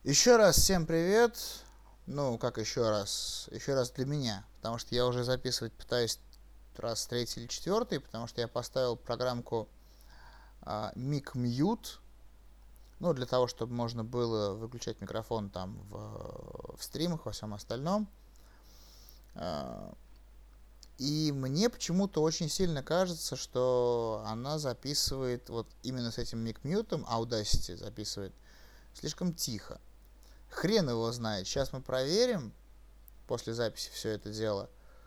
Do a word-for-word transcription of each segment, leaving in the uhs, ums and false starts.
Еще раз всем привет. Ну, как еще раз? Еще раз для меня. Потому что я уже записывать пытаюсь раз третий или четвертый, потому что я поставил программку а, Mic Mute. Ну, для того, чтобы можно было выключать микрофон там в, в стримах, во всем остальном. А, и мне почему-то очень сильно кажется, что она записывает вот именно с этим Mic Mute, Audacity записывает слишком тихо. Хрен его знает. Сейчас мы проверим после записи все это дело.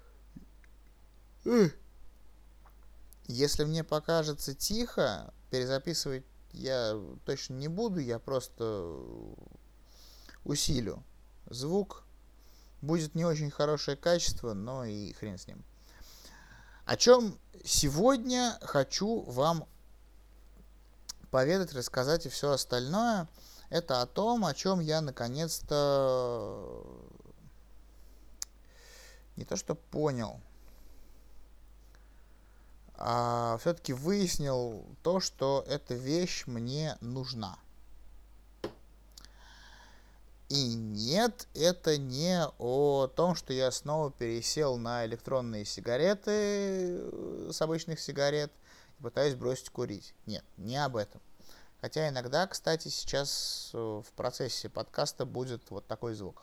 Если мне покажется тихо, перезаписывать я точно не буду, я просто усилю звук. Будет не очень хорошее качество, но и хрен с ним. О чем сегодня хочу вам поведать, рассказать и все остальное. Это о том, о чем я наконец-то не то что понял, а все-таки выяснил то, что эта вещь мне нужна. И нет, это не о том, что я снова пересел на электронные сигареты с обычных сигарет и пытаюсь бросить курить. Нет, не об этом. Хотя иногда, кстати, сейчас в процессе подкаста будет вот такой звук.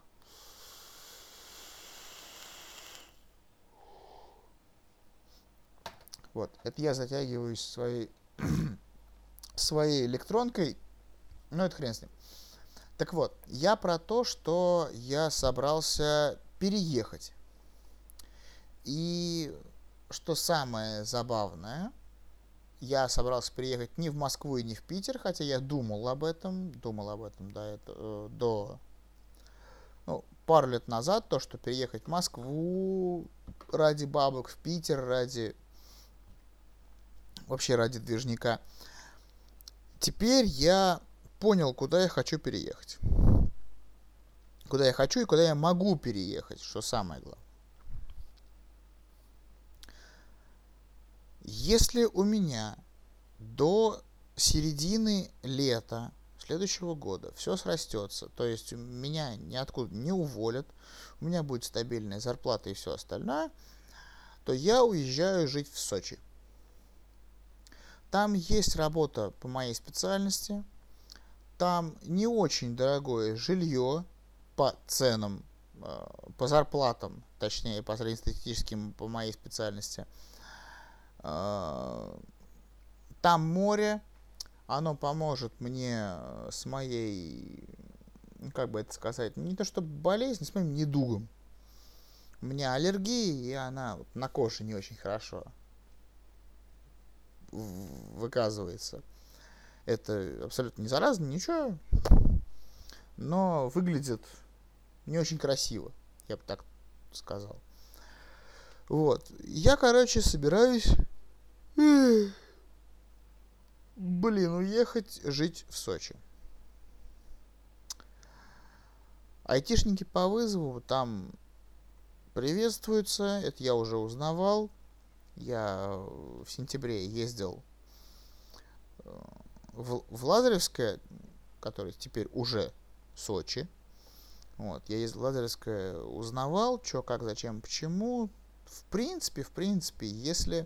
Вот, это я затягиваюсь своей, своей электронкой, ну это хрен с ним. Так вот, я про то, что я собрался переехать. И что самое забавное, я собрался переехать не в Москву и не в Питер, хотя я думал об этом, думал об этом до, этого, до ну, пару лет назад, то, что переехать в Москву ради бабок, в Питер ради, вообще ради движника. Теперь я понял, куда я хочу переехать. Куда я хочу и куда я могу переехать, что самое главное. Если у меня до середины лета следующего года все срастется, то есть меня ниоткуда не уволят, у меня будет стабильная зарплата и все остальное, то я уезжаю жить в Сочи. Там есть работа по моей специальности, там не очень дорогое жилье по ценам, по зарплатам, точнее по среднестатистическим по моей специальности. Там море, оно поможет мне с моей, как бы это сказать, не то что болезнь, с моим недугом. У меня аллергия, и она вот на коже не очень хорошо выказывается. Это абсолютно не заразно, ничего, но выглядит не очень красиво, я бы так сказал. Вот. Я, короче, собираюсь Блин, уехать жить в Сочи. Айтишники по вызову там приветствуются, это я уже узнавал. Я в сентябре ездил в, в Лазаревское, который теперь уже Сочи. Вот, я ездил в Лазаревское, узнавал, что, как, зачем, почему. В принципе, в принципе, если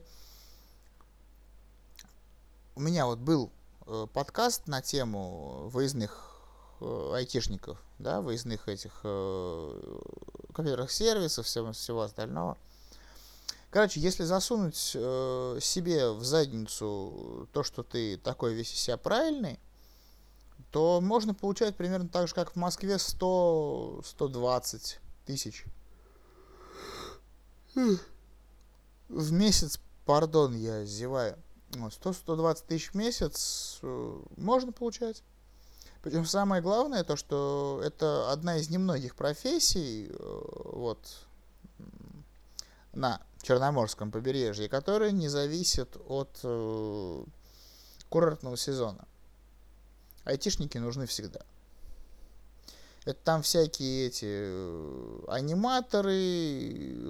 у меня вот был э, подкаст на тему выездных э, айтишников, да, выездных этих э, компьютерных сервисов, всего, всего остального. Короче, если засунуть э, себе в задницу то, что ты такой весь из себя правильный, то можно получать примерно так же, как в Москве, сто - сто двадцать тысяч в месяц. Пардон, я зеваю. сто - сто двадцать тысяч в месяц э, можно получать. Причем самое главное то, что это одна из немногих профессий э, вот на Черноморском побережье, которая не зависит от э, курортного сезона. Айтишники нужны всегда. Это там всякие эти э, аниматоры,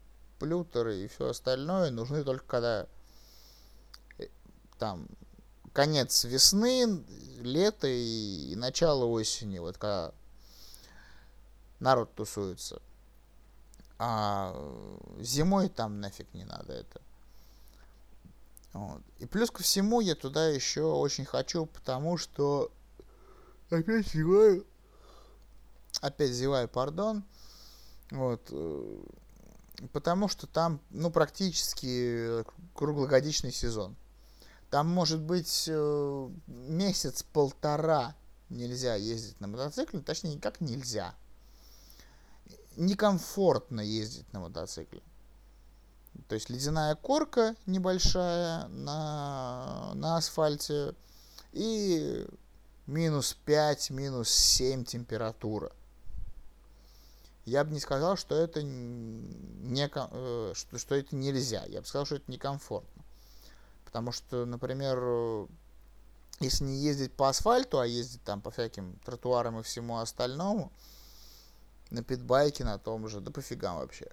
хуеплютеры и все остальное нужны только когда э, там конец весны, лето и, и начало осени, вот когда народ тусуется. А зимой там нафиг не надо это. Вот. И плюс ко всему я туда еще очень хочу, потому что опять зеваю. Опять зеваю, пардон. Вот. Потому что там, ну, практически круглогодичный сезон. Там может быть месяц-полтора нельзя ездить на мотоцикле, точнее, никак нельзя. Некомфортно ездить на мотоцикле. То есть ледяная корка небольшая на, на асфальте и минус пять, минус семь температура. Я бы не сказал, что это, не, что, что это нельзя. Я бы сказал, что это некомфортно. Потому что, например, если не ездить по асфальту, а ездить там по всяким тротуарам и всему остальному, на питбайке, на том же, да пофигам вообще.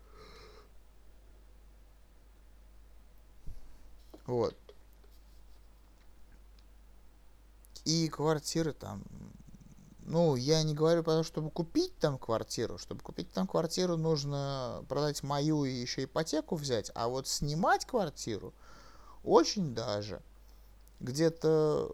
Вот. И квартиры там... Ну, я не говорю про то, чтобы купить там квартиру. Чтобы купить там квартиру, нужно продать мою и еще ипотеку взять. А вот снимать квартиру очень даже. Где-то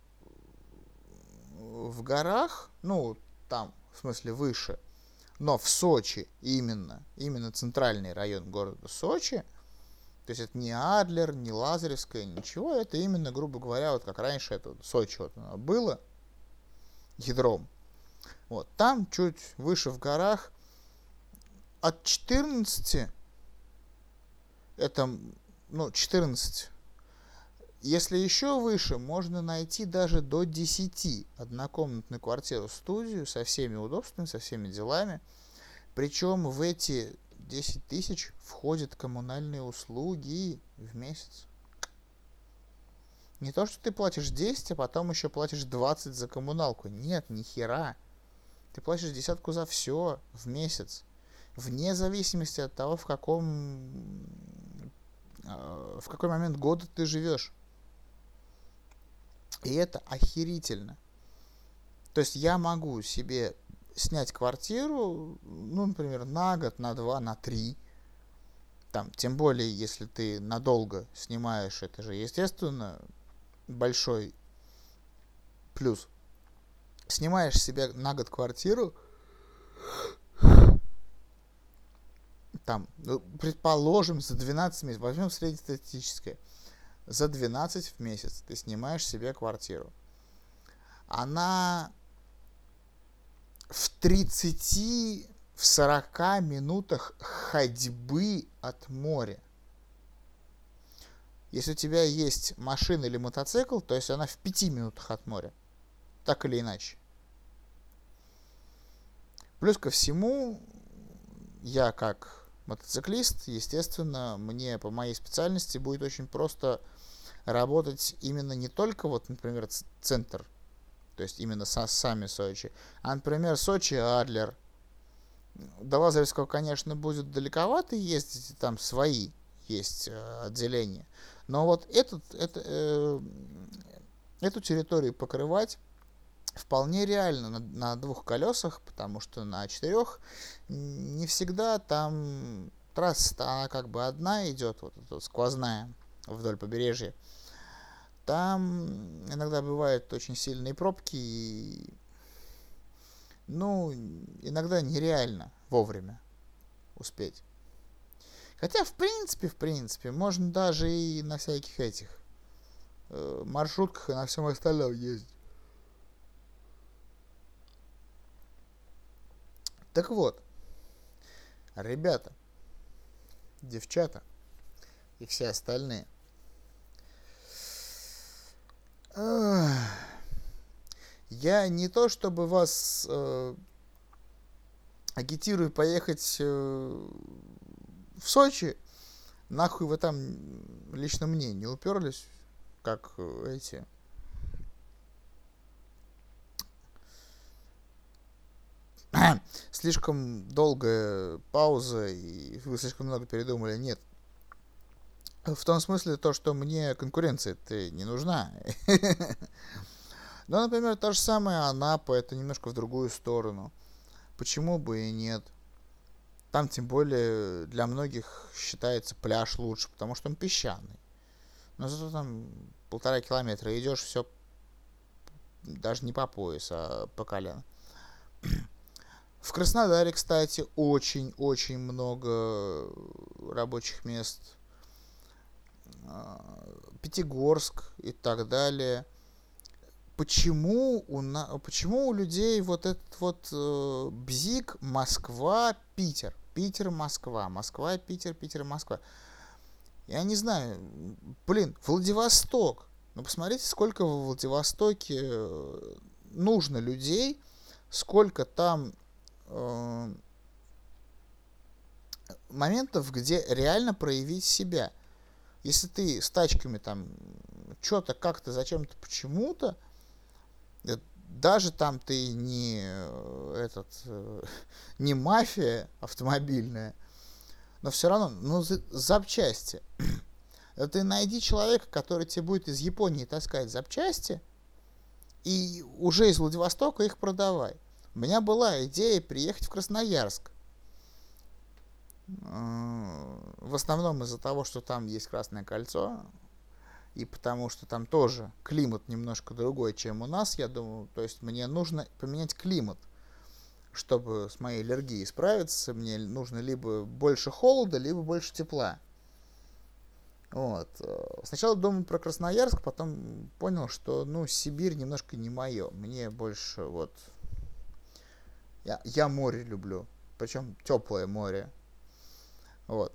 в горах, ну, там, в смысле, выше, но в Сочи именно, именно центральный район города Сочи, то есть это не Адлер, не Лазаревская, ничего, это именно, грубо говоря, вот как раньше это Сочи вот было, ядром. Вот, там чуть выше в горах от четырнадцати, это, ну, четырнадцать, если еще выше, можно найти даже до десяти однокомнатную квартиру-студию со всеми удобствами, со всеми делами. Причем в эти десять тысяч входят коммунальные услуги в месяц. Не то, что ты платишь десять, а потом еще платишь двадцать за коммуналку. Нет, ни хера. Ты платишь десятку за все в месяц. Вне зависимости от того, в каком в какой момент года ты живешь. И это охерительно. То есть я могу себе снять квартиру, ну, например, на год, на два, на три. Там, тем более, если ты надолго снимаешь, это же, естественно, большой плюс. Снимаешь себе на год квартиру, там, ну, предположим, за двенадцать месяцев, возьмем среднестатистическое, за двенадцать в месяц ты снимаешь себе квартиру. Она в тридцати, в сорока минутах ходьбы от моря. Если у тебя есть машина или мотоцикл, то есть она в пяти минутах от моря. Так или иначе. Плюс ко всему, я как мотоциклист, естественно, мне по моей специальности будет очень просто работать именно не только, вот, например, центр, то есть именно со, сами Сочи, а, например, Сочи, Адлер. До Лазаревского, конечно, будет далековато ездить, там свои есть э, отделения. Но вот этот, это, э, эту территорию покрывать вполне реально на, на двух колесах, потому что на четырех не всегда там трасса, она как бы одна идет, вот эта сквозная вдоль побережья. Там иногда бывают очень сильные пробки, и, ну, иногда нереально вовремя успеть. Хотя, в принципе, в принципе, можно даже и на всяких этих э, маршрутках и на всем остальном ездить. Так вот, ребята, девчата и все остальные. Я не то чтобы вас э, агитирую поехать э, в Сочи, нахуй вы там лично мне не уперлись, как э, эти. Слишком долгая пауза, и вы слишком много передумали. Нет. В том смысле, то, что мне конкуренция-то не нужна. Но, например, та же самая Анапа, это немножко в другую сторону. Почему бы и нет? Там, тем более, для многих считается пляж лучше, потому что он песчаный. Но зато там полтора километра идешь, все даже не по пояс, а по колено. В Краснодаре, кстати, очень-очень много рабочих мест. Пятигорск и так далее. Почему у, на... Почему у людей вот этот вот э, бзик Москва, Питер, Питер, Москва, Москва, Питер, Питер, Москва? Я не знаю, блин, Владивосток. Ну посмотрите, сколько в Владивостоке нужно людей, сколько там э, моментов, где реально проявить себя. Если ты с тачками там что-то как-то зачем-то почему-то, даже там ты не этот не мафия автомобильная, но все равно, ну, запчасти. Ты найди человека, который тебе будет из Японии таскать запчасти, и уже из Владивостока их продавай. У меня была идея приехать в Красноярск. В основном из-за того, что там есть Красное кольцо, и потому что там тоже климат немножко другой, чем у нас, я думаю. То есть мне нужно поменять климат, чтобы с моей аллергией справиться. Мне нужно либо больше холода, либо больше тепла. Вот. Сначала думал про Красноярск, потом понял, что, ну, Сибирь немножко не мое. Мне больше вот... Я, я море люблю, причем теплое море. Вот.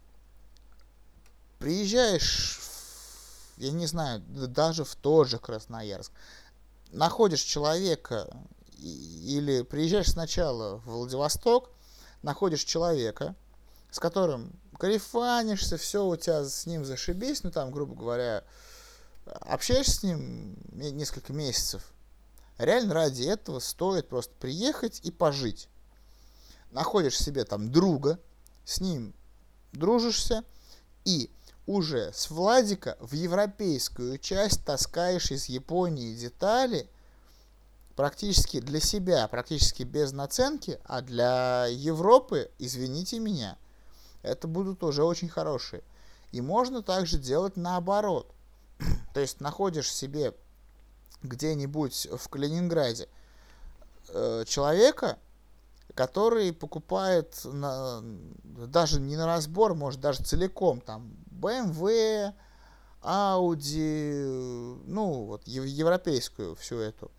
Приезжаешь, в, я не знаю, даже в тот же Красноярск, находишь человека, или приезжаешь сначала в Владивосток, находишь человека, с которым карифанишься, все у тебя с ним зашибись, ну там, грубо говоря, общаешься с ним несколько месяцев. Реально ради этого стоит просто приехать и пожить. Находишь себе там друга, с ним дружишься, и уже с Владика в европейскую часть таскаешь из Японии детали практически для себя, практически без наценки, а для Европы, извините меня, это будут уже очень хорошие. И можно также делать наоборот. То есть находишь себе где-нибудь в Калининграде э, человека, который покупает на, даже не на разбор, может даже целиком, там, бэ эм вэ, Audi, ну, вот, европейскую всю эту.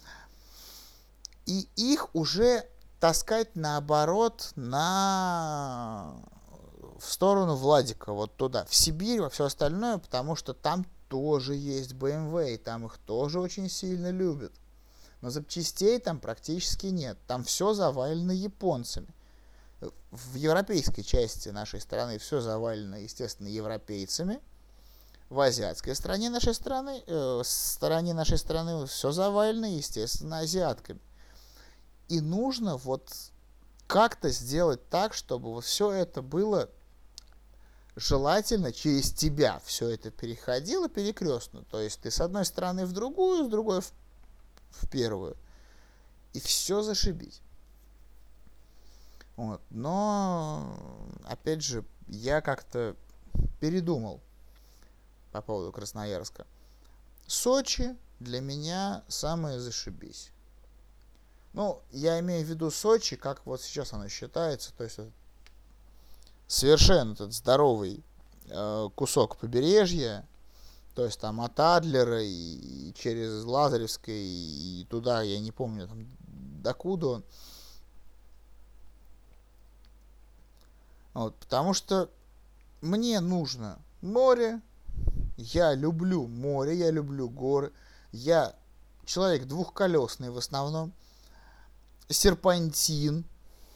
И их уже таскать наоборот на... в сторону Владика, вот туда, в Сибирь, во все остальное, потому что там тоже есть бэ эм вэ, и там их тоже очень сильно любят. Но запчастей там практически нет. Там все завалено японцами. В европейской части нашей страны все завалено, естественно, европейцами. В азиатской стране нашей страны, э, стороне нашей страны все завалено, естественно, азиатками. И нужно вот как-то сделать так, чтобы вот все это было желательно через тебя. Все это переходило перекрестно. То есть ты с одной стороны в другую, с другой в в первую. И все зашибись. Вот. Но, опять же, я как-то передумал по поводу Красноярска. Сочи для меня самое зашибись. Ну, я имею в виду Сочи, как вот сейчас оно считается, то есть совершенно этот здоровый э, кусок побережья. То есть там от Адлера и, и через Лазаревское и, и туда, я не помню, там, докуда он. Вот, потому что мне нужно море, я люблю море, я люблю горы, я человек двухколесный в основном, серпантин,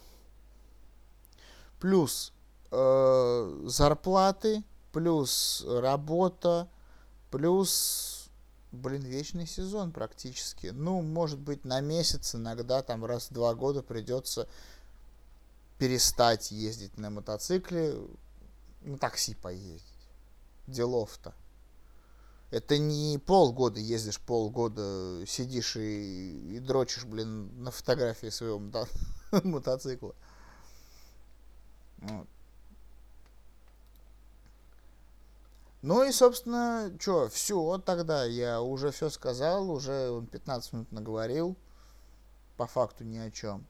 плюс э, зарплаты, плюс работа, плюс, блин, вечный сезон практически. Ну, может быть, на месяц, иногда там раз в два года придется перестать ездить на мотоцикле, на такси поездить. делов-то. Это не полгода ездишь, полгода сидишь и, и дрочишь, блин, на фотографии своего мо- мотоцикла. Вот. Ну и, собственно, что, все, вот тогда я уже все сказал, уже он пятнадцать минут наговорил, по факту ни о чем.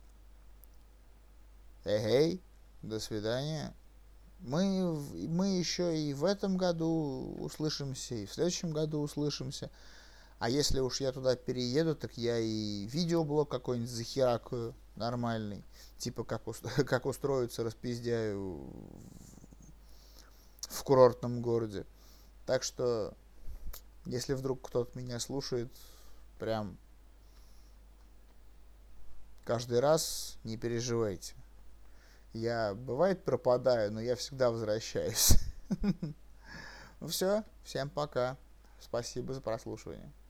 Эй, до свидания. Мы, мы еще и в этом году услышимся, и в следующем году услышимся. А если уж я туда перееду, так я и видеоблог какой-нибудь захеракаю нормальный. Типа как, как устроиться, распиздяю в курортном городе. Так что, если вдруг кто-то меня слушает, прям каждый раз не переживайте. Я, бывает, пропадаю, но я всегда возвращаюсь. Ну все, всем пока. Спасибо за прослушивание.